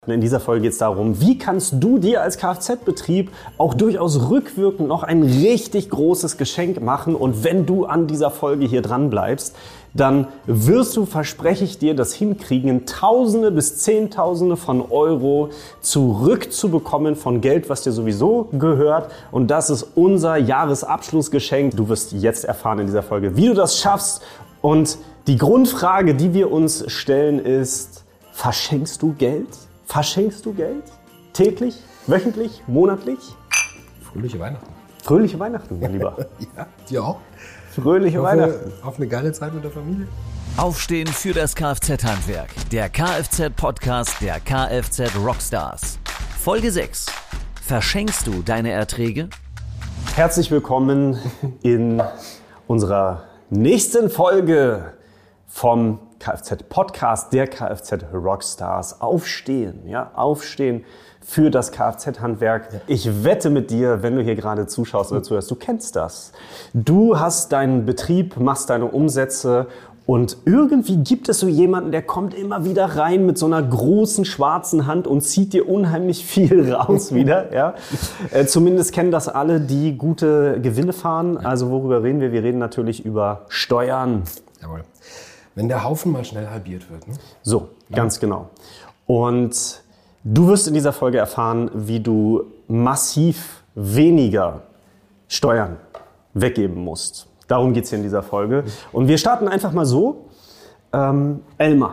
Und in dieser Folge geht es darum, wie kannst du dir als Kfz-Betrieb auch durchaus rückwirkend noch ein richtig großes Geschenk machen. Und wenn du an dieser Folge hier dran bleibst, dann wirst du, verspreche ich dir, das hinkriegen, Tausende bis Zehntausende von Euro zurückzubekommen von Geld, was dir sowieso gehört. Und das ist unser Jahresabschlussgeschenk. Du wirst jetzt erfahren in dieser Folge, wie du das schaffst. Und die Grundfrage, die wir uns stellen, ist: Verschenkst du Geld? Verschenkst du Geld? Täglich? Wöchentlich? Monatlich? Fröhliche Weihnachten. Fröhliche Weihnachten, mein Lieber. Ja, dir auch. Fröhliche Weihnachten. Auf eine geile Zeit mit der Familie. Aufstehen für das Kfz-Handwerk. Der Kfz-Podcast der Kfz-Rockstars. Folge 6. Verschenkst du deine Erträge? Herzlich willkommen in unserer nächsten Folge vom Kfz-Podcast der Kfz-Rockstars. Aufstehen, ja, aufstehen für das Kfz-Handwerk. Ja. Ich wette mit dir, wenn du hier gerade zuschaust oder zuhörst, du kennst das. Du hast deinen Betrieb, machst deine Umsätze und irgendwie gibt es so jemanden, der kommt immer wieder rein mit so einer großen schwarzen Hand und zieht dir unheimlich viel raus wieder. Ja? Zumindest kennen das alle, die gute Gewinne fahren. Also worüber reden wir? Wir reden natürlich über Steuern. Jawohl. Wenn der Haufen mal schnell halbiert wird. Ne? So, ganz genau. Und du wirst in dieser Folge erfahren, wie du massiv weniger Steuern weggeben musst. Darum geht es hier in dieser Folge. Und wir starten einfach mal so. Elmar,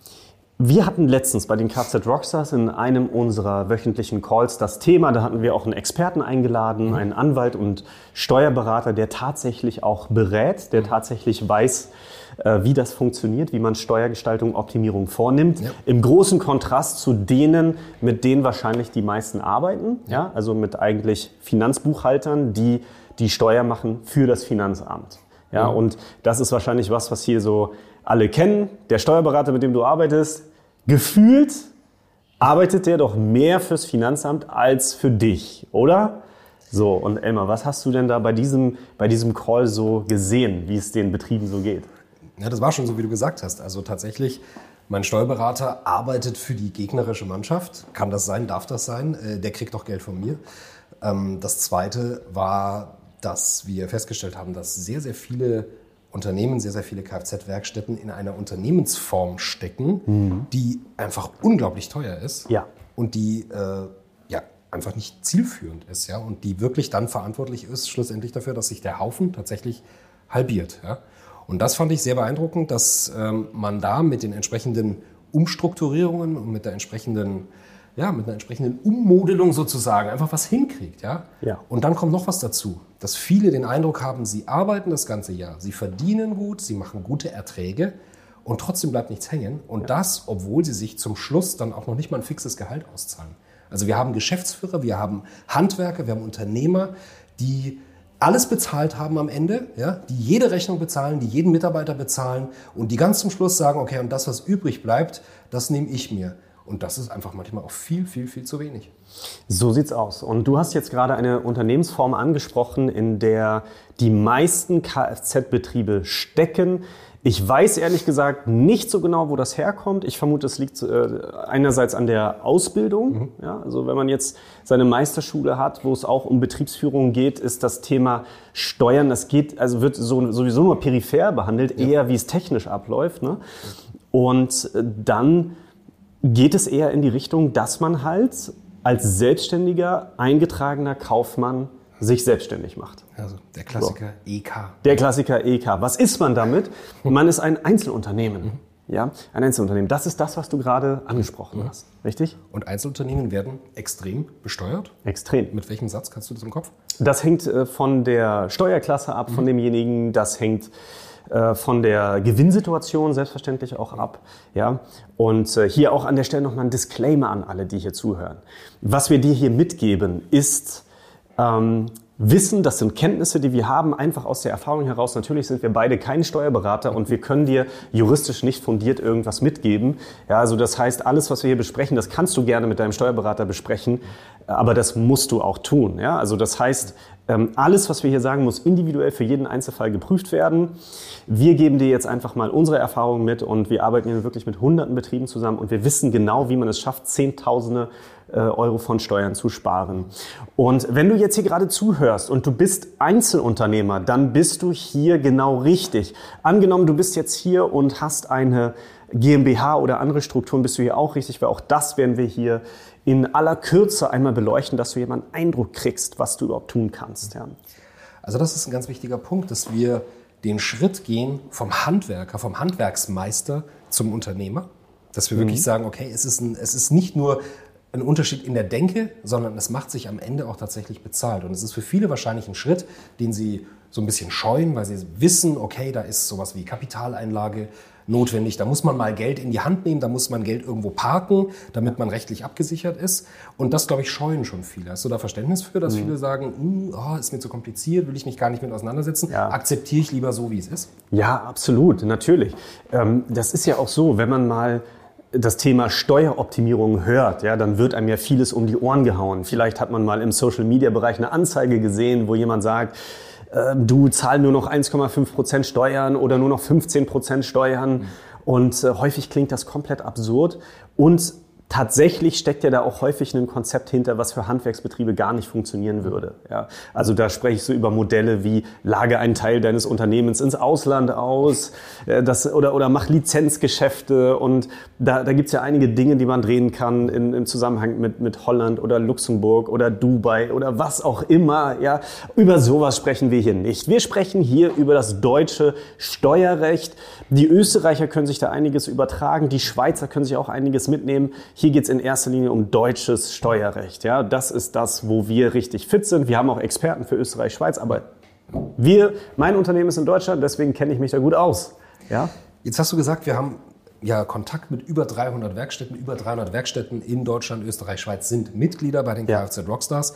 wir hatten letztens bei den Kfz Rockstars in einem unserer wöchentlichen Calls das Thema, da hatten wir auch einen Experten eingeladen, einen Anwalt und Steuerberater, der tatsächlich auch berät, der tatsächlich weiß, wie das funktioniert, wie man Steuergestaltung, Optimierung vornimmt. Ja. Im großen Kontrast zu denen, mit denen wahrscheinlich die meisten arbeiten, ja, also mit eigentlich Finanzbuchhaltern, die die Steuer machen für das Finanzamt. Ja, und das ist wahrscheinlich was hier so alle kennen. Der Steuerberater, mit dem du arbeitest, gefühlt arbeitet der doch mehr fürs Finanzamt als für dich, oder? So, und Elmar, was hast du denn da bei diesem Call so gesehen, wie es den Betrieben so geht? Ja, das war schon so, wie du gesagt hast. Also tatsächlich, mein Steuerberater arbeitet für die gegnerische Mannschaft. Kann das sein, darf das sein? Der kriegt doch Geld von mir. Das Zweite war, dass wir festgestellt haben, dass sehr, sehr viele Unternehmen, sehr, sehr viele Kfz-Werkstätten in einer Unternehmensform stecken, die einfach unglaublich teuer ist, ja, und die einfach nicht zielführend ist, ja, und die wirklich dann verantwortlich ist schlussendlich dafür, dass sich der Haufen tatsächlich halbiert. Ja. Und das fand ich sehr beeindruckend, dass man da mit den entsprechenden Umstrukturierungen und mit der entsprechenden mit einer entsprechenden Ummodelung sozusagen einfach was hinkriegt. Ja? Ja. Und dann kommt noch was dazu, dass viele den Eindruck haben, sie arbeiten das ganze Jahr, sie verdienen gut, sie machen gute Erträge und trotzdem bleibt nichts hängen. Und das, obwohl sie sich zum Schluss dann auch noch nicht mal ein fixes Gehalt auszahlen. Also wir haben Geschäftsführer, wir haben Handwerker, wir haben Unternehmer, die alles bezahlt haben am Ende, ja, die jede Rechnung bezahlen, die jeden Mitarbeiter bezahlen und die ganz zum Schluss sagen, okay, und das, was übrig bleibt, das nehme ich mir. Und das ist einfach manchmal auch viel, viel, viel zu wenig. So sieht's aus. Und du hast jetzt gerade eine Unternehmensform angesprochen, in der die meisten Kfz-Betriebe stecken. Ich weiß ehrlich gesagt nicht so genau, wo das herkommt. Ich vermute, es liegt einerseits an der Ausbildung. Ja, also wenn man jetzt seine Meisterschule hat, wo es auch um Betriebsführung geht, ist das Thema Steuern, wird sowieso nur peripher behandelt, eher wie es technisch abläuft. Ne? Und dann geht es eher in die Richtung, dass man halt als selbstständiger, eingetragener Kaufmann sich selbstständig macht. Also der Klassiker so. EK. Der Klassiker EK. Was ist man damit? Man ist ein Einzelunternehmen. Ja, ein Einzelunternehmen. Das ist das, was du gerade angesprochen hast. Richtig? Und Einzelunternehmen werden extrem besteuert? Extrem. Mit welchem Satz kannst du das im Kopf? Das hängt von der Steuerklasse ab, von demjenigen. Das hängt von der Gewinnsituation selbstverständlich auch ab. Ja? Und hier auch an der Stelle nochmal ein Disclaimer an alle, die hier zuhören. Was wir dir hier mitgeben, ist Wissen, das sind Kenntnisse, die wir haben, einfach aus der Erfahrung heraus. Natürlich sind wir beide keine Steuerberater und wir können dir juristisch nicht fundiert irgendwas mitgeben. Ja, also das heißt, alles, was wir hier besprechen, das kannst du gerne mit deinem Steuerberater besprechen, aber das musst du auch tun. Ja, also das heißt, alles, was wir hier sagen, muss individuell für jeden Einzelfall geprüft werden. Wir geben dir jetzt einfach mal unsere Erfahrungen mit und wir arbeiten hier wirklich mit hunderten Betrieben zusammen und wir wissen genau, wie man es schafft, Zehntausende Euro von Steuern zu sparen. Und wenn du jetzt hier gerade zuhörst und du bist Einzelunternehmer, dann bist du hier genau richtig. Angenommen, du bist jetzt hier und hast eine GmbH oder andere Strukturen, bist du hier auch richtig, weil auch das werden wir hier in aller Kürze einmal beleuchten, dass du hier mal einen Eindruck kriegst, was du überhaupt tun kannst. Ja. Also das ist ein ganz wichtiger Punkt, dass wir den Schritt gehen vom Handwerker, vom Handwerksmeister zum Unternehmer. Dass wir wirklich sagen, okay, es ist nicht nur ein Unterschied in der Denke, sondern es macht sich am Ende auch tatsächlich bezahlt. Und es ist für viele wahrscheinlich ein Schritt, den sie so ein bisschen scheuen, weil sie wissen, okay, da ist sowas wie Kapitaleinlage notwendig, da muss man mal Geld in die Hand nehmen, da muss man Geld irgendwo parken, damit man rechtlich abgesichert ist. Und das, glaube ich, scheuen schon viele. Hast du da Verständnis für, dass viele sagen, ist mir zu kompliziert, will ich mich gar nicht mit auseinandersetzen, akzeptiere ich lieber so, wie es ist? Ja, absolut, natürlich. Das ist ja auch so, wenn man mal das Thema Steueroptimierung hört, ja, dann wird einem ja vieles um die Ohren gehauen. Vielleicht hat man mal im Social-Media-Bereich eine Anzeige gesehen, wo jemand sagt, du zahl nur noch 1,5% Steuern oder nur noch 15% Steuern. Und häufig klingt das komplett absurd. Und tatsächlich steckt ja da auch häufig ein Konzept hinter, was für Handwerksbetriebe gar nicht funktionieren würde. Ja, also da spreche ich so über Modelle wie lage einen Teil deines Unternehmens ins Ausland aus oder mach Lizenzgeschäfte. Und da gibt es ja einige Dinge, die man drehen kann im Zusammenhang mit Holland oder Luxemburg oder Dubai oder was auch immer. Ja, über sowas sprechen wir hier nicht. Wir sprechen hier über das deutsche Steuerrecht. Die Österreicher können sich da einiges übertragen, die Schweizer können sich auch einiges mitnehmen. Hier geht es in erster Linie um deutsches Steuerrecht. Ja, das ist das, wo wir richtig fit sind. Wir haben auch Experten für Österreich, Schweiz, aber mein Unternehmen ist in Deutschland, deswegen kenne ich mich da gut aus. Ja? Jetzt hast du gesagt, wir haben ja Kontakt mit über 300 Werkstätten. Über 300 Werkstätten in Deutschland, Österreich, Schweiz sind Mitglieder bei den Kfz Rockstars.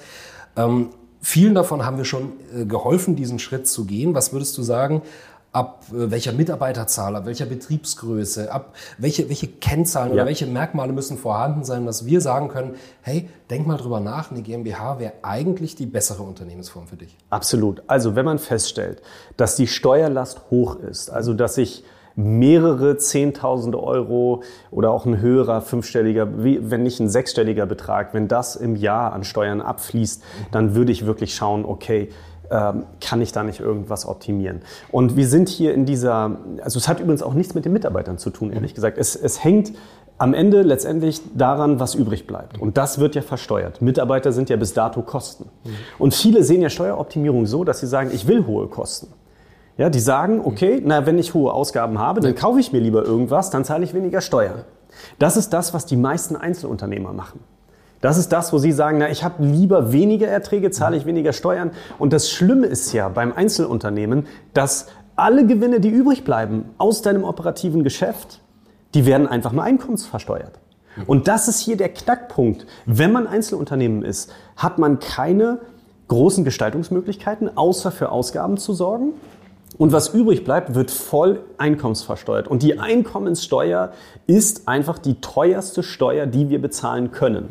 Vielen davon haben wir schon geholfen, diesen Schritt zu gehen. Was würdest du sagen, ab welcher Mitarbeiterzahl, ab welcher Betriebsgröße, ab welche Kennzahlen oder welche Merkmale müssen vorhanden sein, dass wir sagen können, hey, denk mal drüber nach, eine GmbH wäre eigentlich die bessere Unternehmensform für dich? Absolut. Also wenn man feststellt, dass die Steuerlast hoch ist, also dass ich mehrere Zehntausende Euro oder auch ein höherer fünfstelliger, wenn nicht ein sechsstelliger Betrag, wenn das im Jahr an Steuern abfließt, dann würde ich wirklich schauen, okay, kann ich da nicht irgendwas optimieren? Und wir sind hier also es hat übrigens auch nichts mit den Mitarbeitern zu tun, ehrlich gesagt. Es hängt am Ende letztendlich daran, was übrig bleibt. Und das wird ja versteuert. Mitarbeiter sind ja bis dato Kosten. Und viele sehen ja Steueroptimierung so, dass sie sagen, ich will hohe Kosten. Ja, die sagen, okay, wenn ich hohe Ausgaben habe, dann kaufe ich mir lieber irgendwas, dann zahle ich weniger Steuern. Das ist das, was die meisten Einzelunternehmer machen. Das ist das, wo sie sagen, ich habe lieber weniger Erträge, zahle ich weniger Steuern. Und das Schlimme ist ja beim Einzelunternehmen, dass alle Gewinne, die übrig bleiben aus deinem operativen Geschäft, die werden einfach nur einkommensversteuert. Und das ist hier der Knackpunkt. Wenn man Einzelunternehmen ist, hat man keine großen Gestaltungsmöglichkeiten, außer für Ausgaben zu sorgen. Und was übrig bleibt, wird voll einkommensversteuert. Und die Einkommenssteuer ist einfach die teuerste Steuer, die wir bezahlen können.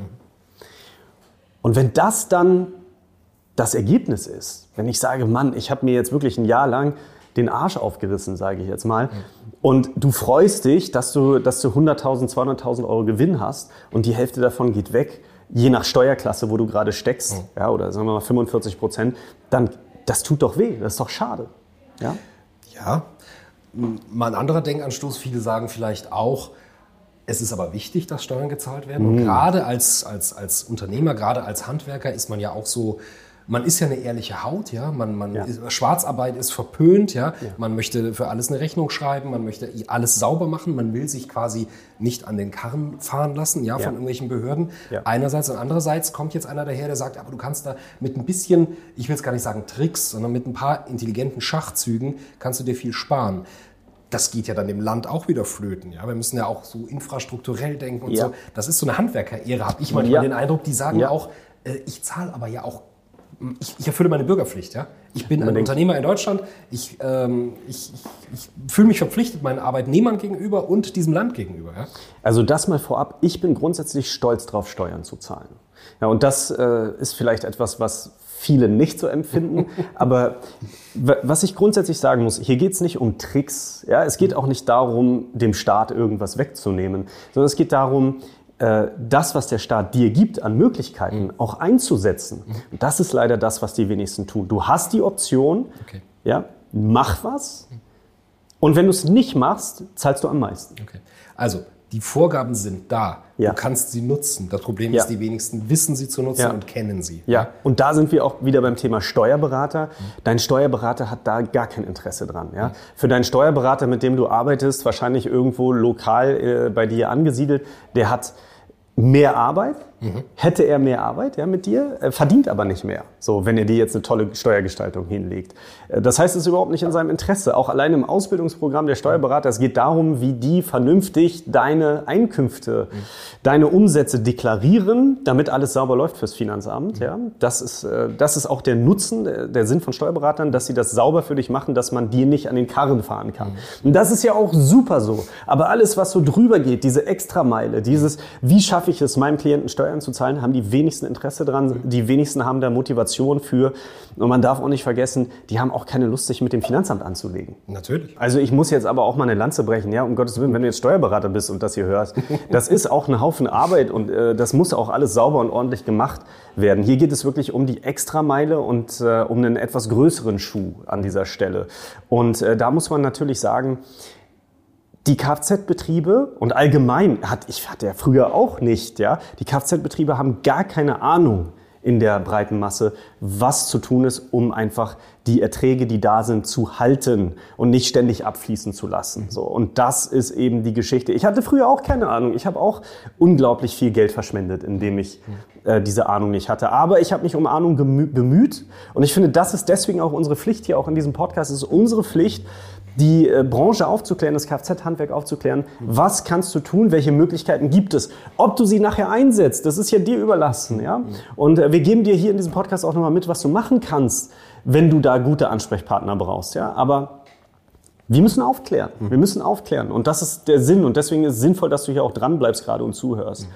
Und wenn das dann das Ergebnis ist, wenn ich sage, Mann, ich habe mir jetzt wirklich ein Jahr lang den Arsch aufgerissen, sage ich jetzt mal, und du freust dich, dass du 100.000, 200.000 Euro Gewinn hast und die Hälfte davon geht weg, je nach Steuerklasse, wo du gerade steckst, ja, oder sagen wir mal 45%, dann das tut doch weh, das ist doch schade. Ja, mal ein anderer Denkanstoß, viele sagen vielleicht auch, es ist aber wichtig, dass Steuern gezahlt werden. Und gerade als Unternehmer, gerade als Handwerker ist man ja auch so, man ist ja eine ehrliche Haut, ja. Schwarzarbeit ist verpönt, ja. Man möchte für alles eine Rechnung schreiben, man möchte alles sauber machen, man will sich quasi nicht an den Karren fahren lassen, ja, von irgendwelchen Behörden. Ja. Einerseits und andererseits kommt jetzt einer daher, der sagt, aber du kannst da mit ein bisschen, ich will es gar nicht sagen Tricks, sondern mit ein paar intelligenten Schachzügen kannst du dir viel sparen. Das geht ja dann dem Land auch wieder flöten. Ja? Wir müssen ja auch so infrastrukturell denken und so. Das ist so eine Handwerker-Ära, habe ich manchmal den Eindruck. Die sagen auch, ich zahle aber ja auch ich erfülle meine Bürgerpflicht. Ja? Ich bin ein Unternehmer in Deutschland. Ich fühle mich verpflichtet meinen Arbeitnehmern gegenüber und diesem Land gegenüber. Ja? Also das mal vorab. Ich bin grundsätzlich stolz darauf, Steuern zu zahlen. Ja, und das ist vielleicht etwas, was viele nicht so empfinden. Aber was ich grundsätzlich sagen muss, hier geht es nicht um Tricks. Ja? Es geht auch nicht darum, dem Staat irgendwas wegzunehmen, sondern es geht darum, das, was der Staat dir gibt an Möglichkeiten, auch einzusetzen. Und das ist leider das, was die wenigsten tun. Du hast die Option, ja, mach was. Und wenn du es nicht machst, zahlst du am meisten. Okay. Also, die Vorgaben sind da. Ja. Du kannst sie nutzen. Das Problem ist, die wenigsten wissen sie zu nutzen und kennen sie. Ja, und da sind wir auch wieder beim Thema Steuerberater. Dein Steuerberater hat da gar kein Interesse dran. Ja? Für deinen Steuerberater, mit dem du arbeitest, wahrscheinlich irgendwo lokal bei dir angesiedelt, der hat mehr Arbeit. Hätte er mehr Arbeit mit dir, verdient aber nicht mehr, so, wenn er dir jetzt eine tolle Steuergestaltung hinlegt. Das heißt, es ist überhaupt nicht in seinem Interesse. Auch allein im Ausbildungsprogramm der Steuerberater, es geht darum, wie die vernünftig deine Einkünfte, deine Umsätze deklarieren, damit alles sauber läuft fürs Finanzamt. Ja? Das ist auch der Nutzen, der Sinn von Steuerberatern, dass sie das sauber für dich machen, dass man dir nicht an den Karren fahren kann. Und das ist ja auch super so. Aber alles, was so drüber geht, diese Extrameile, dieses, wie schaffe ich es, meinem Klienten Steuern zu zahlen, haben die wenigsten Interesse dran, die wenigsten haben da Motivation für. Und man darf auch nicht vergessen, die haben auch keine Lust, sich mit dem Finanzamt anzulegen. Natürlich. Also ich muss jetzt aber auch mal eine Lanze brechen, ja, um Gottes Willen, wenn du jetzt Steuerberater bist und das hier hörst, das ist auch ein Haufen Arbeit und das muss auch alles sauber und ordentlich gemacht werden. Hier geht es wirklich um die Extrameile und um einen etwas größeren Schuh an dieser Stelle. Und da muss man natürlich sagen, die Kfz-Betriebe und allgemein, ich hatte ja früher auch nicht, ja, die Kfz-Betriebe haben gar keine Ahnung in der breiten Masse, was zu tun ist, um einfach die Erträge, die da sind, zu halten und nicht ständig abfließen zu lassen. So, und das ist eben die Geschichte. Ich hatte früher auch keine Ahnung. Ich habe auch unglaublich viel Geld verschwendet, indem ich diese Ahnung nicht hatte. Aber ich habe mich um Ahnung bemüht. Und ich finde, das ist deswegen auch unsere Pflicht hier auch in diesem Podcast. Es ist unsere Pflicht, die Branche aufzuklären, das Kfz-Handwerk aufzuklären. Was kannst du tun? Welche Möglichkeiten gibt es? Ob du sie nachher einsetzt, das ist ja dir überlassen. Ja? Und wir geben dir hier in diesem Podcast auch nochmal mit, was du machen kannst, wenn du da gute Ansprechpartner brauchst. Ja? Aber wir müssen aufklären. Wir müssen aufklären. Und das ist der Sinn. Und deswegen ist es sinnvoll, dass du hier auch dran bleibst gerade und zuhörst.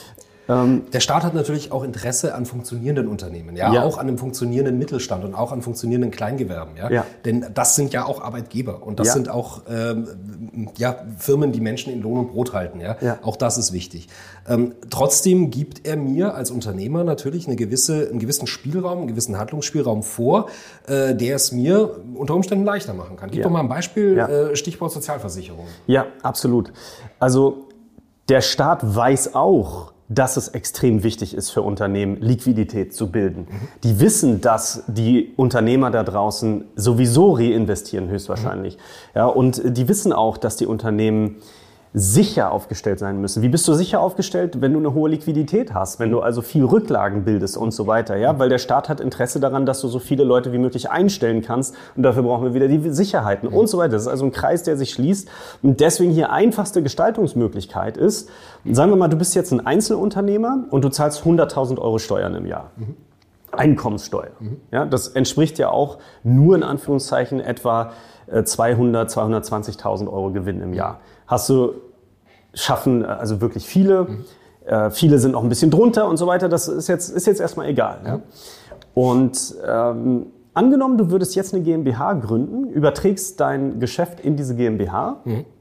Der Staat hat natürlich auch Interesse an funktionierenden Unternehmen, ja, auch an einem funktionierenden Mittelstand und auch an funktionierenden Kleingewerben, ja. Denn das sind ja auch Arbeitgeber und das sind auch Firmen, die Menschen in Lohn und Brot halten, ja. Auch das ist wichtig. Trotzdem gibt er mir als Unternehmer natürlich einen gewissen Spielraum, einen gewissen Handlungsspielraum vor, der es mir unter Umständen leichter machen kann. Gib doch mal ein Beispiel, Stichwort Sozialversicherung. Ja, absolut. Also der Staat weiß auch, dass es extrem wichtig ist für Unternehmen, Liquidität zu bilden. Die wissen, dass die Unternehmer da draußen sowieso reinvestieren, höchstwahrscheinlich. Ja, und die wissen auch, dass die Unternehmen sicher aufgestellt sein müssen. Wie bist du sicher aufgestellt, wenn du eine hohe Liquidität hast, wenn du also viel Rücklagen bildest und so weiter, ja? Weil der Staat hat Interesse daran, dass du so viele Leute wie möglich einstellen kannst und dafür brauchen wir wieder die Sicherheiten und so weiter. Das ist also ein Kreis, der sich schließt und deswegen hier einfachste Gestaltungsmöglichkeit ist, sagen wir mal, du bist jetzt ein Einzelunternehmer und du zahlst 100.000 Euro Steuern im Jahr. Einkommenssteuer. Ja, das entspricht ja auch nur in Anführungszeichen etwa 220.000 Euro Gewinn im Jahr. Schaffen also wirklich viele. Viele sind auch ein bisschen drunter und so weiter. Das ist jetzt erstmal egal. Ja? Und angenommen, du würdest jetzt eine GmbH gründen, überträgst dein Geschäft in diese GmbH,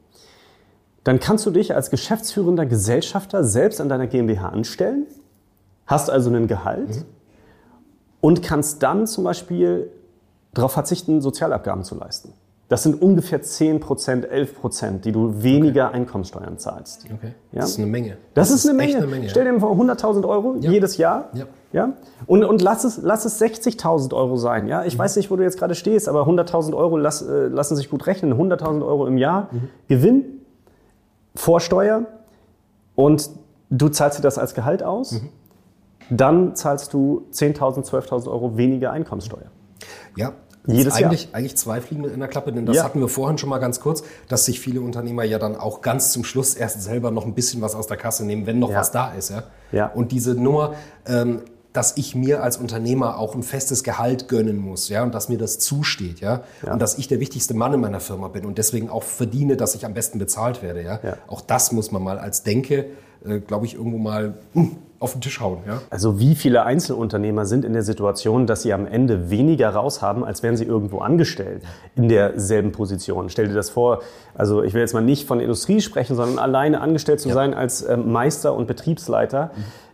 dann kannst du dich als geschäftsführender Gesellschafter selbst an deiner GmbH anstellen, hast also ein Gehalt und kannst dann zum Beispiel darauf verzichten, Sozialabgaben zu leisten. Das sind ungefähr 10%, 11%, die du weniger Einkommenssteuern zahlst. Okay. Ja? Das ist eine Menge. Das ist eine Menge. Stell dir vor, 100.000 Euro jedes Jahr. Ja. Ja? Und lass es 60.000 Euro sein. Ja? Ich weiß nicht, wo du jetzt gerade stehst, aber 100.000 Euro lassen sich gut rechnen. 100.000 Euro im Jahr Gewinn vor Steuer und du zahlst dir das als Gehalt aus. Dann zahlst du 10.000, 12.000 Euro weniger Einkommenssteuer. Ja. Jedes Jahr. Eigentlich zwei Fliegen in der Klappe, denn das hatten wir vorhin schon mal ganz kurz, dass sich viele Unternehmer ja dann auch ganz zum Schluss erst selber noch ein bisschen was aus der Kasse nehmen, wenn noch was da ist. Ja? Und diese Nummer, dass ich mir als Unternehmer auch ein festes Gehalt gönnen muss, ja, und dass mir das zusteht, ja, und dass ich der wichtigste Mann in meiner Firma bin und deswegen auch verdiene, dass ich am besten bezahlt werde, ja. Auch das muss man mal als Denke, glaube ich, irgendwo mal auf den Tisch hauen. Ja? Also wie viele Einzelunternehmer sind in der Situation, dass sie am Ende weniger raushaben, als wären sie irgendwo angestellt in derselben Position? Stell dir das vor, also ich will jetzt mal nicht von der Industrie sprechen, sondern alleine angestellt zu sein als Meister und Betriebsleiter.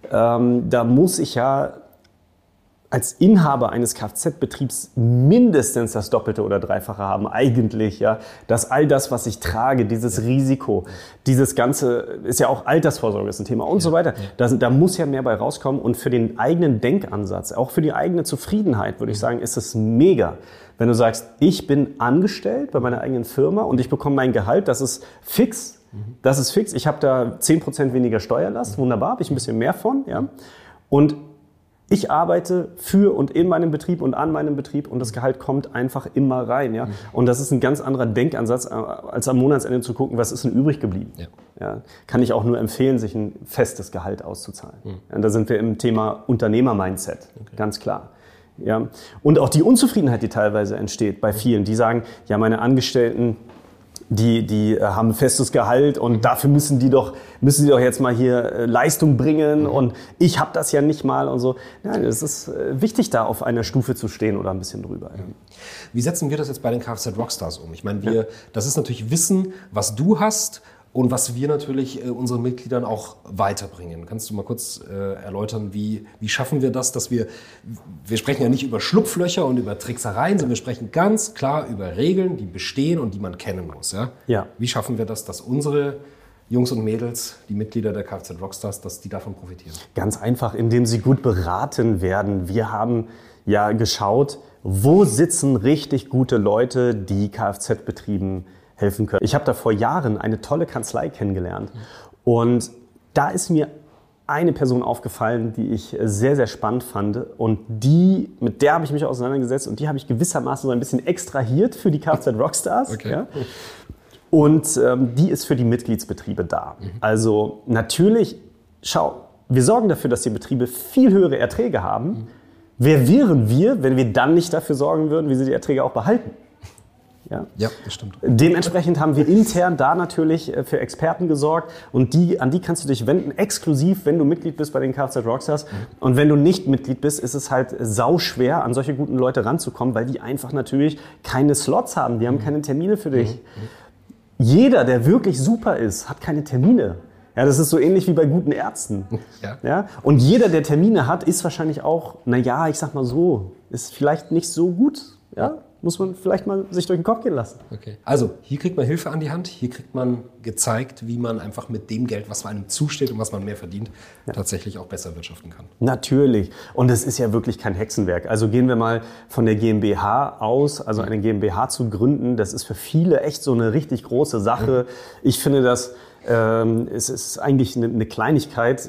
Da muss ich ja als Inhaber eines Kfz-Betriebs mindestens das Doppelte oder Dreifache haben, eigentlich, ja, dass all das, was ich trage, dieses Risiko, dieses Ganze, ist ja auch Altersvorsorge, ist ein Thema und so weiter, da muss ja mehr bei rauskommen und für den eigenen Denkansatz, auch für die eigene Zufriedenheit, würde ich sagen, ist es mega. Wenn du sagst, ich bin angestellt bei meiner eigenen Firma und ich bekomme mein Gehalt, das ist fix, ich habe da 10% weniger Steuerlast, wunderbar, habe ich ein bisschen mehr von, ja, und ich arbeite für und in meinem Betrieb und an meinem Betrieb und das Gehalt kommt einfach immer rein. Ja? Und das ist ein ganz anderer Denkansatz, als am Monatsende zu gucken, was ist denn übrig geblieben. Ja? Kann ich auch nur empfehlen, sich ein festes Gehalt auszuzahlen. Ja, da sind wir im Thema Unternehmer-Mindset, ganz klar. Ja? Und auch die Unzufriedenheit, die teilweise entsteht bei vielen, die sagen, ja, meine Angestellten, die haben ein festes Gehalt und dafür müssen die doch jetzt mal hier Leistung bringen und ich habe das ja nicht mal und so. Nein, es ist wichtig, da auf einer Stufe zu stehen oder ein bisschen drüber. Ja. Wie setzen wir das jetzt bei den Kfz Rockstars um? Ich meine, das ist natürlich Wissen, was du hast und was wir natürlich unseren Mitgliedern auch weiterbringen. Kannst du mal kurz erläutern, wie schaffen wir das, dass wir sprechen ja nicht über Schlupflöcher und über Tricksereien, sondern wir sprechen ganz klar über Regeln, die bestehen und die man kennen muss. Ja? Wie schaffen wir das, dass unsere Jungs und Mädels, die Mitglieder der Kfz Rockstars, dass die davon profitieren? Ganz einfach, indem sie gut beraten werden. Wir haben ja geschaut, wo sitzen richtig gute Leute, die Kfz-Betrieben helfen können. Ich habe da vor Jahren eine tolle Kanzlei kennengelernt und da ist mir eine Person aufgefallen, die ich sehr, sehr spannend fand und mit der habe ich mich auseinandergesetzt und die habe ich gewissermaßen so ein bisschen extrahiert für die Kfz Rockstars. Okay. Ja. Und die ist für die Mitgliedsbetriebe da. Also natürlich, wir sorgen dafür, dass die Betriebe viel höhere Erträge haben. Wer wären wir, wenn wir dann nicht dafür sorgen würden, wie sie die Erträge auch behalten? Ja, das stimmt. Dementsprechend haben wir intern da natürlich für Experten gesorgt und an die kannst du dich wenden, exklusiv, wenn du Mitglied bist bei den Kfz Rockstars. Und wenn du nicht Mitglied bist, ist es halt sauschwer, an solche guten Leute ranzukommen, weil die einfach natürlich keine Slots haben, die haben keine Termine für dich. Jeder, der wirklich super ist, hat keine Termine. Ja, das ist so ähnlich wie bei guten Ärzten. Ja? Und jeder, der Termine hat, ist wahrscheinlich auch, ich sag mal so, ist vielleicht nicht so gut. Ja? Muss man vielleicht mal sich durch den Kopf gehen lassen. Okay. Also hier kriegt man Hilfe an die Hand, hier kriegt man gezeigt, wie man einfach mit dem Geld, was einem zusteht und was man mehr verdient, tatsächlich auch besser wirtschaften kann. Natürlich. Und es ist ja wirklich kein Hexenwerk. Also gehen wir mal von der GmbH aus, also eine GmbH zu gründen, das ist für viele echt so eine richtig große Sache. Ich finde das... Es ist eigentlich eine Kleinigkeit.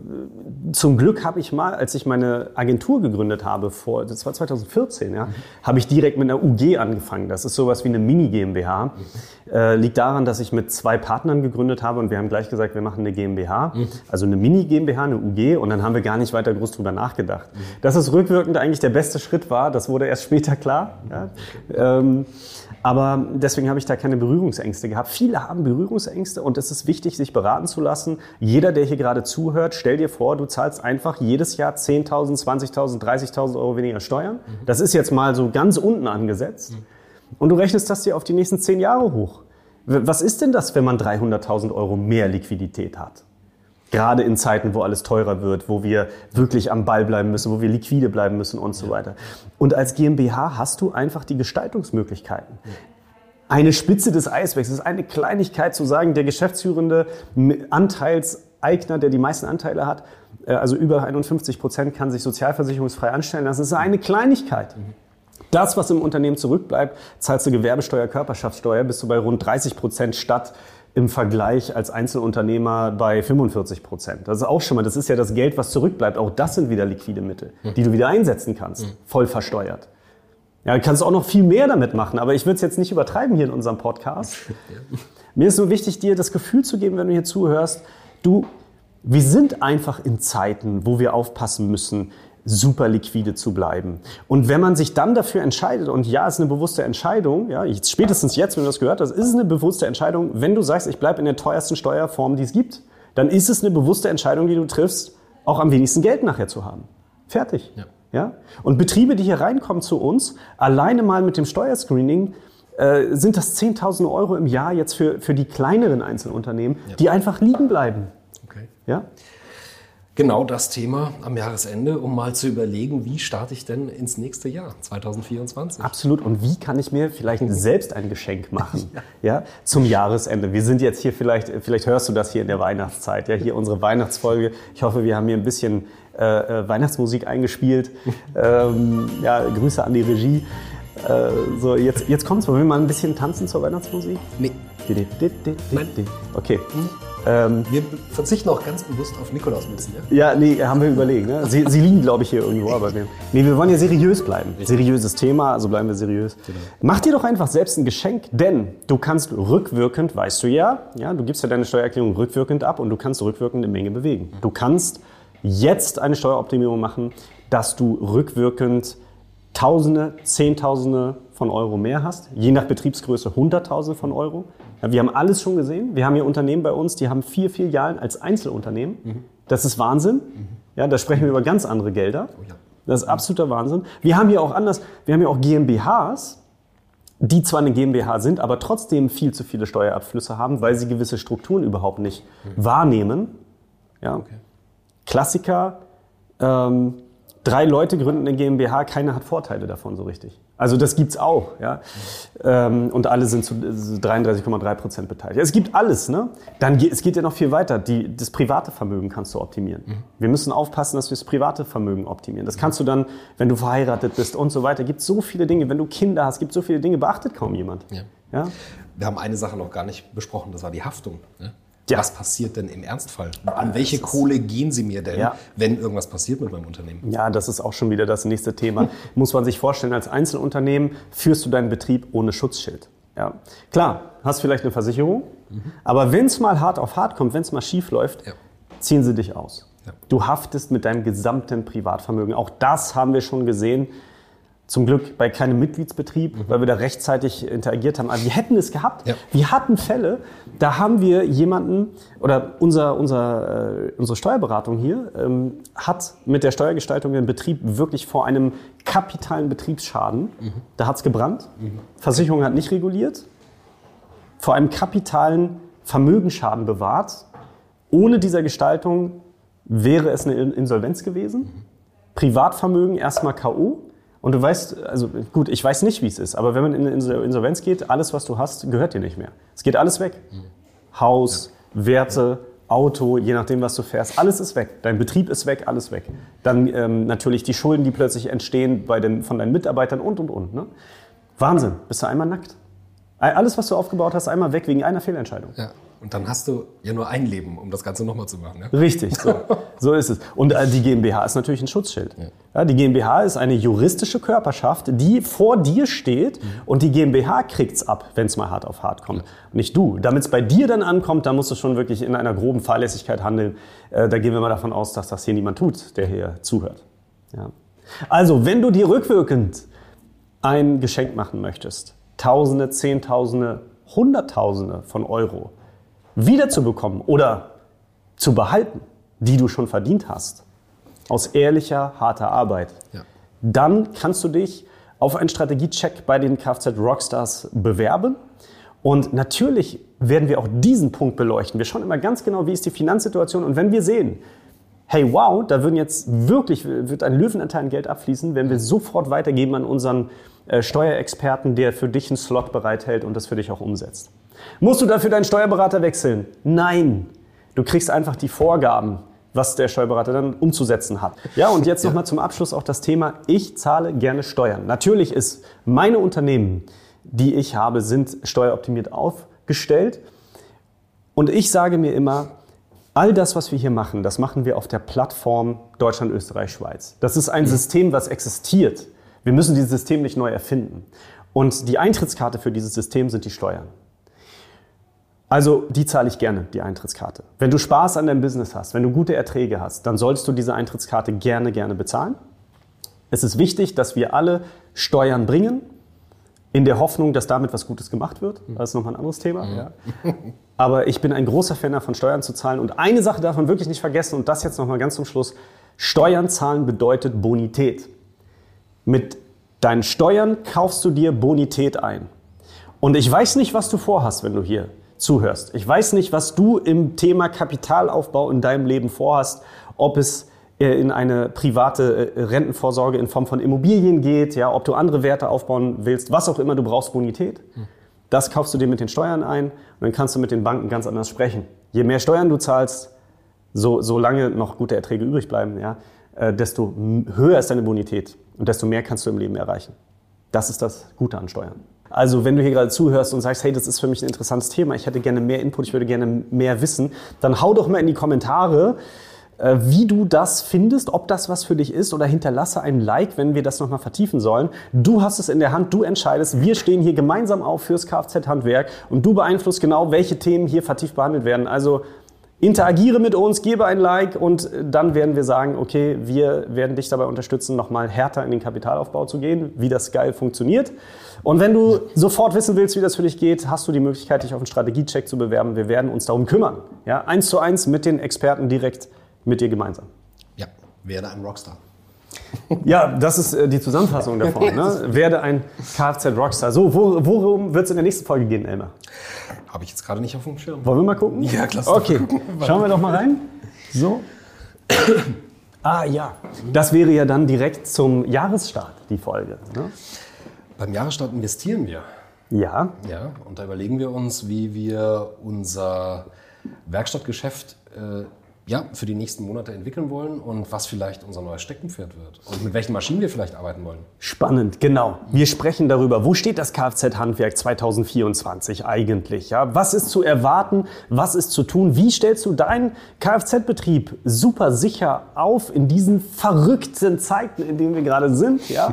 Zum Glück habe ich mal, als ich meine Agentur gegründet habe, das war 2014, habe ich direkt mit einer UG angefangen. Das ist sowas wie eine Mini-GmbH. Liegt daran, dass ich mit 2 Partnern gegründet habe und wir haben gleich gesagt, wir machen eine GmbH, also eine Mini-GmbH, eine UG und dann haben wir gar nicht weiter groß drüber nachgedacht. Dass es rückwirkend eigentlich der beste Schritt war, das wurde erst später klar. Ja. Aber deswegen habe ich da keine Berührungsängste gehabt. Viele haben Berührungsängste und es ist wichtig, sich beraten zu lassen. Jeder, der hier gerade zuhört, stell dir vor, du zahlst einfach jedes Jahr 10.000, 20.000, 30.000 Euro weniger Steuern. Das ist jetzt mal so ganz unten angesetzt. Und du rechnest das dir auf die nächsten 10 Jahre hoch. Was ist denn das, wenn man 300.000 Euro mehr Liquidität hat? Gerade in Zeiten, wo alles teurer wird, wo wir wirklich am Ball bleiben müssen, wo wir liquide bleiben müssen und so weiter. Und als GmbH hast du einfach die Gestaltungsmöglichkeiten. Eine Spitze des Eisbergs ist eine Kleinigkeit zu sagen, der geschäftsführende Anteilseigner, der die meisten Anteile hat, also über 51%, kann sich sozialversicherungsfrei anstellen lassen. Das ist eine Kleinigkeit. Das, was im Unternehmen zurückbleibt, zahlst du Gewerbesteuer, Körperschaftssteuer, bist du bei rund 30% statt im Vergleich als Einzelunternehmer bei 45%. Das ist auch schon mal, das ist ja das Geld, was zurückbleibt. Auch das sind wieder liquide Mittel, die du wieder einsetzen kannst, voll versteuert. Ja, du kannst auch noch viel mehr damit machen, aber ich würde es jetzt nicht übertreiben hier in unserem Podcast. Mir ist nur wichtig, dir das Gefühl zu geben, wenn du hier zuhörst, wir sind einfach in Zeiten, wo wir aufpassen müssen, super liquide zu bleiben. Und wenn man sich dann dafür entscheidet, und ja, es ist eine bewusste Entscheidung, ja, spätestens jetzt, wenn du das gehört hast, ist es eine bewusste Entscheidung, wenn du sagst, ich bleibe in der teuersten Steuerform, die es gibt, dann ist es eine bewusste Entscheidung, die du triffst, auch am wenigsten Geld nachher zu haben. Fertig. Ja. Ja? Und Betriebe, die hier reinkommen zu uns, alleine mal mit dem Steuerscreening, sind das 10.000 € im Jahr jetzt für die kleineren Einzelunternehmen, die einfach liegen bleiben. Okay. Ja? Genau das Thema am Jahresende, um mal zu überlegen, wie starte ich denn ins nächste Jahr, 2024? Absolut. Und wie kann ich mir vielleicht selbst ein Geschenk machen, ja, zum Jahresende? Wir sind jetzt hier vielleicht hörst du das hier in der Weihnachtszeit, ja, hier unsere Weihnachtsfolge. Ich hoffe, wir haben hier ein bisschen Weihnachtsmusik eingespielt. Grüße an die Regie. So, jetzt kommt's. Wollen wir mal ein bisschen tanzen zur Weihnachtsmusik? Nee. Nein. Okay. Wir verzichten auch ganz bewusst auf Nikolausmützen, ja? Ja, nee, haben wir überlegt. Ne? Sie liegen, glaube ich, hier irgendwo. Aber wir wollen ja seriös bleiben. Seriöses Thema, also bleiben wir seriös. Genau. Mach dir doch einfach selbst ein Geschenk, denn du kannst rückwirkend, weißt du ja, du gibst ja deine Steuererklärung rückwirkend ab und du kannst rückwirkend eine Menge bewegen. Du kannst jetzt eine Steueroptimierung machen, dass du rückwirkend Tausende, Zehntausende von Euro mehr hast, je nach Betriebsgröße Hunderttausende von Euro. Ja, wir haben alles schon gesehen. Wir haben hier Unternehmen bei uns, die haben 4 Filialen als Einzelunternehmen. Das ist Wahnsinn. Ja, da sprechen wir über ganz andere Gelder. Das ist absoluter Wahnsinn. Wir haben hier auch GmbHs, die zwar eine GmbH sind, aber trotzdem viel zu viele Steuerabflüsse haben, weil sie gewisse Strukturen überhaupt nicht wahrnehmen. Ja. Okay. Klassiker, 3 Leute gründen eine GmbH, keiner hat Vorteile davon so richtig. Also das gibt's auch. Ja? Und alle sind zu 33,3% beteiligt. Es gibt alles. Ne? Es geht ja noch viel weiter. Das private Vermögen kannst du optimieren. Wir müssen aufpassen, dass wir das private Vermögen optimieren. Das kannst du dann, wenn du verheiratet bist und so weiter. Es gibt so viele Dinge. Wenn du Kinder hast, gibt es so viele Dinge, beachtet kaum jemand. Ja. Ja? Wir haben eine Sache noch gar nicht besprochen, das war die Haftung. Ne? Ja. Was passiert denn im Ernstfall? An welche Kohle gehen Sie mir denn, wenn irgendwas passiert mit meinem Unternehmen? Ja, das ist auch schon wieder das nächste Thema. Muss man sich vorstellen, als Einzelunternehmen führst du deinen Betrieb ohne Schutzschild. Ja. Klar, hast vielleicht eine Versicherung, aber wenn es mal hart auf hart kommt, wenn es mal schief läuft, ziehen sie dich aus. Ja. Du haftest mit deinem gesamten Privatvermögen. Auch das haben wir schon gesehen. Zum Glück bei keinem Mitgliedsbetrieb, weil wir da rechtzeitig interagiert haben. Also wir hätten es gehabt. Ja. Wir hatten Fälle, da haben wir jemanden, oder unsere Steuerberatung hier hat mit der Steuergestaltung den Betrieb wirklich vor einem kapitalen Betriebsschaden, da hat es gebrannt, Versicherung hat nicht reguliert, vor einem kapitalen Vermögensschaden bewahrt. Ohne dieser Gestaltung wäre es eine Insolvenz gewesen. Privatvermögen erstmal K.O., und du weißt, also gut, ich weiß nicht, wie es ist, aber wenn man in eine Insolvenz geht, alles, was du hast, gehört dir nicht mehr. Es geht alles weg. Haus, Werte, Auto, je nachdem, was du fährst, alles ist weg. Dein Betrieb ist weg, alles weg. Dann natürlich die Schulden, die plötzlich entstehen von deinen Mitarbeitern und. Ne? Wahnsinn, bist du einmal nackt. Alles, was du aufgebaut hast, einmal weg wegen einer Fehlentscheidung. Ja. Und dann hast du ja nur ein Leben, um das Ganze nochmal zu machen. Ne? Richtig, so ist es. Und die GmbH ist natürlich ein Schutzschild. Ja, die GmbH ist eine juristische Körperschaft, die vor dir steht und die GmbH kriegt's ab, wenn es mal hart auf hart kommt. Und nicht du. Damit es bei dir dann ankommt, da musst du schon wirklich in einer groben Fahrlässigkeit handeln. Da gehen wir mal davon aus, dass das hier niemand tut, der hier zuhört. Ja. Also, wenn du dir rückwirkend ein Geschenk machen möchtest, Tausende, Zehntausende, Hunderttausende von Euro wiederzubekommen oder zu behalten, die du schon verdient hast, aus ehrlicher, harter Arbeit, dann kannst du dich auf einen Strategiecheck bei den Kfz Rockstars bewerben. Und natürlich werden wir auch diesen Punkt beleuchten. Wir schauen immer ganz genau, wie ist die Finanzsituation. Und wenn wir sehen, hey, wow, da wird ein Löwenanteil an Geld abfließen, werden wir sofort weitergeben an unseren Steuerexperten, der für dich einen Slot bereithält und das für dich auch umsetzt. Musst du dafür deinen Steuerberater wechseln? Nein. Du kriegst einfach die Vorgaben, was der Steuerberater dann umzusetzen hat. Ja, und jetzt nochmal zum Abschluss auch das Thema, ich zahle gerne Steuern. Natürlich ist meine Unternehmen, die ich habe, sind steueroptimiert aufgestellt. Und ich sage mir immer, all das, was wir hier machen, das machen wir auf der Plattform Deutschland, Österreich, Schweiz. Das ist ein System, was existiert. Wir müssen dieses System nicht neu erfinden. Und die Eintrittskarte für dieses System sind die Steuern. Also die zahle ich gerne, die Eintrittskarte. Wenn du Spaß an deinem Business hast, wenn du gute Erträge hast, dann solltest du diese Eintrittskarte gerne bezahlen. Es ist wichtig, dass wir alle Steuern bringen, in der Hoffnung, dass damit was Gutes gemacht wird. Das ist nochmal ein anderes Thema. Ja. Aber ich bin ein großer Fan davon, Steuern zu zahlen. Und eine Sache darf man wirklich nicht vergessen, und das jetzt nochmal ganz zum Schluss. Steuern zahlen bedeutet Bonität. Mit deinen Steuern kaufst du dir Bonität ein. Und ich weiß nicht, was du vorhast, wenn du hier zuhörst. Ich weiß nicht, was du im Thema Kapitalaufbau in deinem Leben vorhast, ob es in eine private Rentenvorsorge in Form von Immobilien geht, ja, ob du andere Werte aufbauen willst, was auch immer, du brauchst Bonität. Das kaufst du dir mit den Steuern ein und dann kannst du mit den Banken ganz anders sprechen. Je mehr Steuern du zahlst, solange noch gute Erträge übrig bleiben, ja, desto höher ist deine Bonität und desto mehr kannst du im Leben erreichen. Das ist das Gute an Steuern. Also wenn du hier gerade zuhörst und sagst, hey, das ist für mich ein interessantes Thema, ich hätte gerne mehr Input, ich würde gerne mehr wissen, dann hau doch mal in die Kommentare, wie du das findest, ob das was für dich ist, oder hinterlasse ein Like, wenn wir das nochmal vertiefen sollen. Du hast es in der Hand, du entscheidest. Wir stehen hier gemeinsam auf fürs Kfz-Handwerk und du beeinflusst genau, welche Themen hier vertieft behandelt werden. Also interagiere mit uns, gebe ein Like und dann werden wir sagen, okay, wir werden dich dabei unterstützen, nochmal härter in den Kapitalaufbau zu gehen, wie das geil funktioniert. Und wenn du sofort wissen willst, wie das für dich geht, hast du die Möglichkeit, dich auf einen Strategiecheck zu bewerben. Wir werden uns darum kümmern. Ja, 1:1 mit den Experten direkt mit dir gemeinsam. Ja, werde ein Rockstar. Ja, das ist die Zusammenfassung davon. Ne? Werde ein Kfz-Rockstar. So, worum wird es in der nächsten Folge gehen, Elmar? Habe ich jetzt gerade nicht auf dem Schirm. Wollen wir mal gucken? Ja, klasse. Okay, schauen wir doch mal rein. So. Ja, das wäre ja dann direkt zum Jahresstart, die Folge. Ne? Beim Jahresstart investieren wir. Ja. Ja, und da überlegen wir uns, wie wir unser Werkstattgeschäft für die nächsten Monate entwickeln wollen und was vielleicht unser neues Steckenpferd wird und mit welchen Maschinen wir vielleicht arbeiten wollen. Spannend, genau. Wir sprechen darüber, wo steht das Kfz-Handwerk 2024 eigentlich? Ja? Was ist zu erwarten? Was ist zu tun? Wie stellst du deinen Kfz-Betrieb super sicher auf in diesen verrückten Zeiten, in denen wir gerade sind? Ja?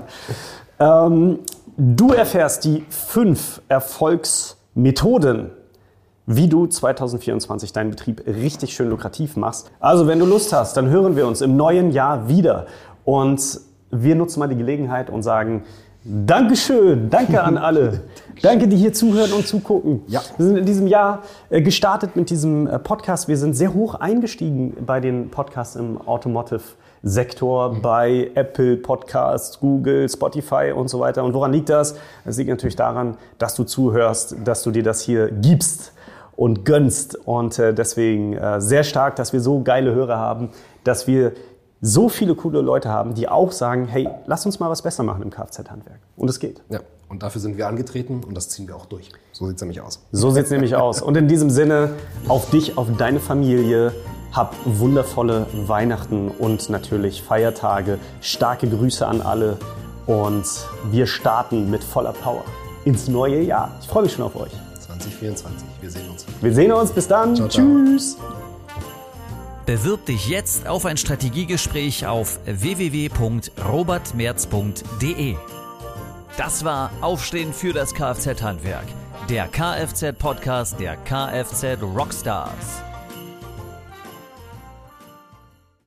Du erfährst die 5 Erfolgsmethoden, wie du 2024 deinen Betrieb richtig schön lukrativ machst. Also wenn du Lust hast, dann hören wir uns im neuen Jahr wieder. Und wir nutzen mal die Gelegenheit und sagen, Dankeschön, danke an alle. Danke, die hier zuhören und zugucken. Ja. Wir sind in diesem Jahr gestartet mit diesem Podcast. Wir sind sehr hoch eingestiegen bei den Podcasts im Automotive-Sektor, bei Apple Podcasts, Google, Spotify und so weiter. Und woran liegt das? Das liegt natürlich daran, dass du zuhörst, dass du dir das hier gibst und gönnst. Und deswegen sehr stark, dass wir so geile Hörer haben, dass wir so viele coole Leute haben, die auch sagen, hey, lass uns mal was besser machen im Kfz-Handwerk. Und es geht. Ja, und dafür sind wir angetreten und das ziehen wir auch durch. So sieht es nämlich aus. So sieht es nämlich aus. Und in diesem Sinne, auf dich, auf deine Familie, hab wundervolle Weihnachten und natürlich Feiertage. Starke Grüße an alle und wir starten mit voller Power ins neue Jahr. Ich freue mich schon auf euch. 2024. Wir sehen uns. Wir sehen uns. Bis dann. Ciao, ciao. Tschüss. Bewirb dich jetzt auf ein Strategiegespräch auf www.robertmerz.de. Das war Aufstehen für das Kfz-Handwerk, der Kfz-Podcast der Kfz Rockstars.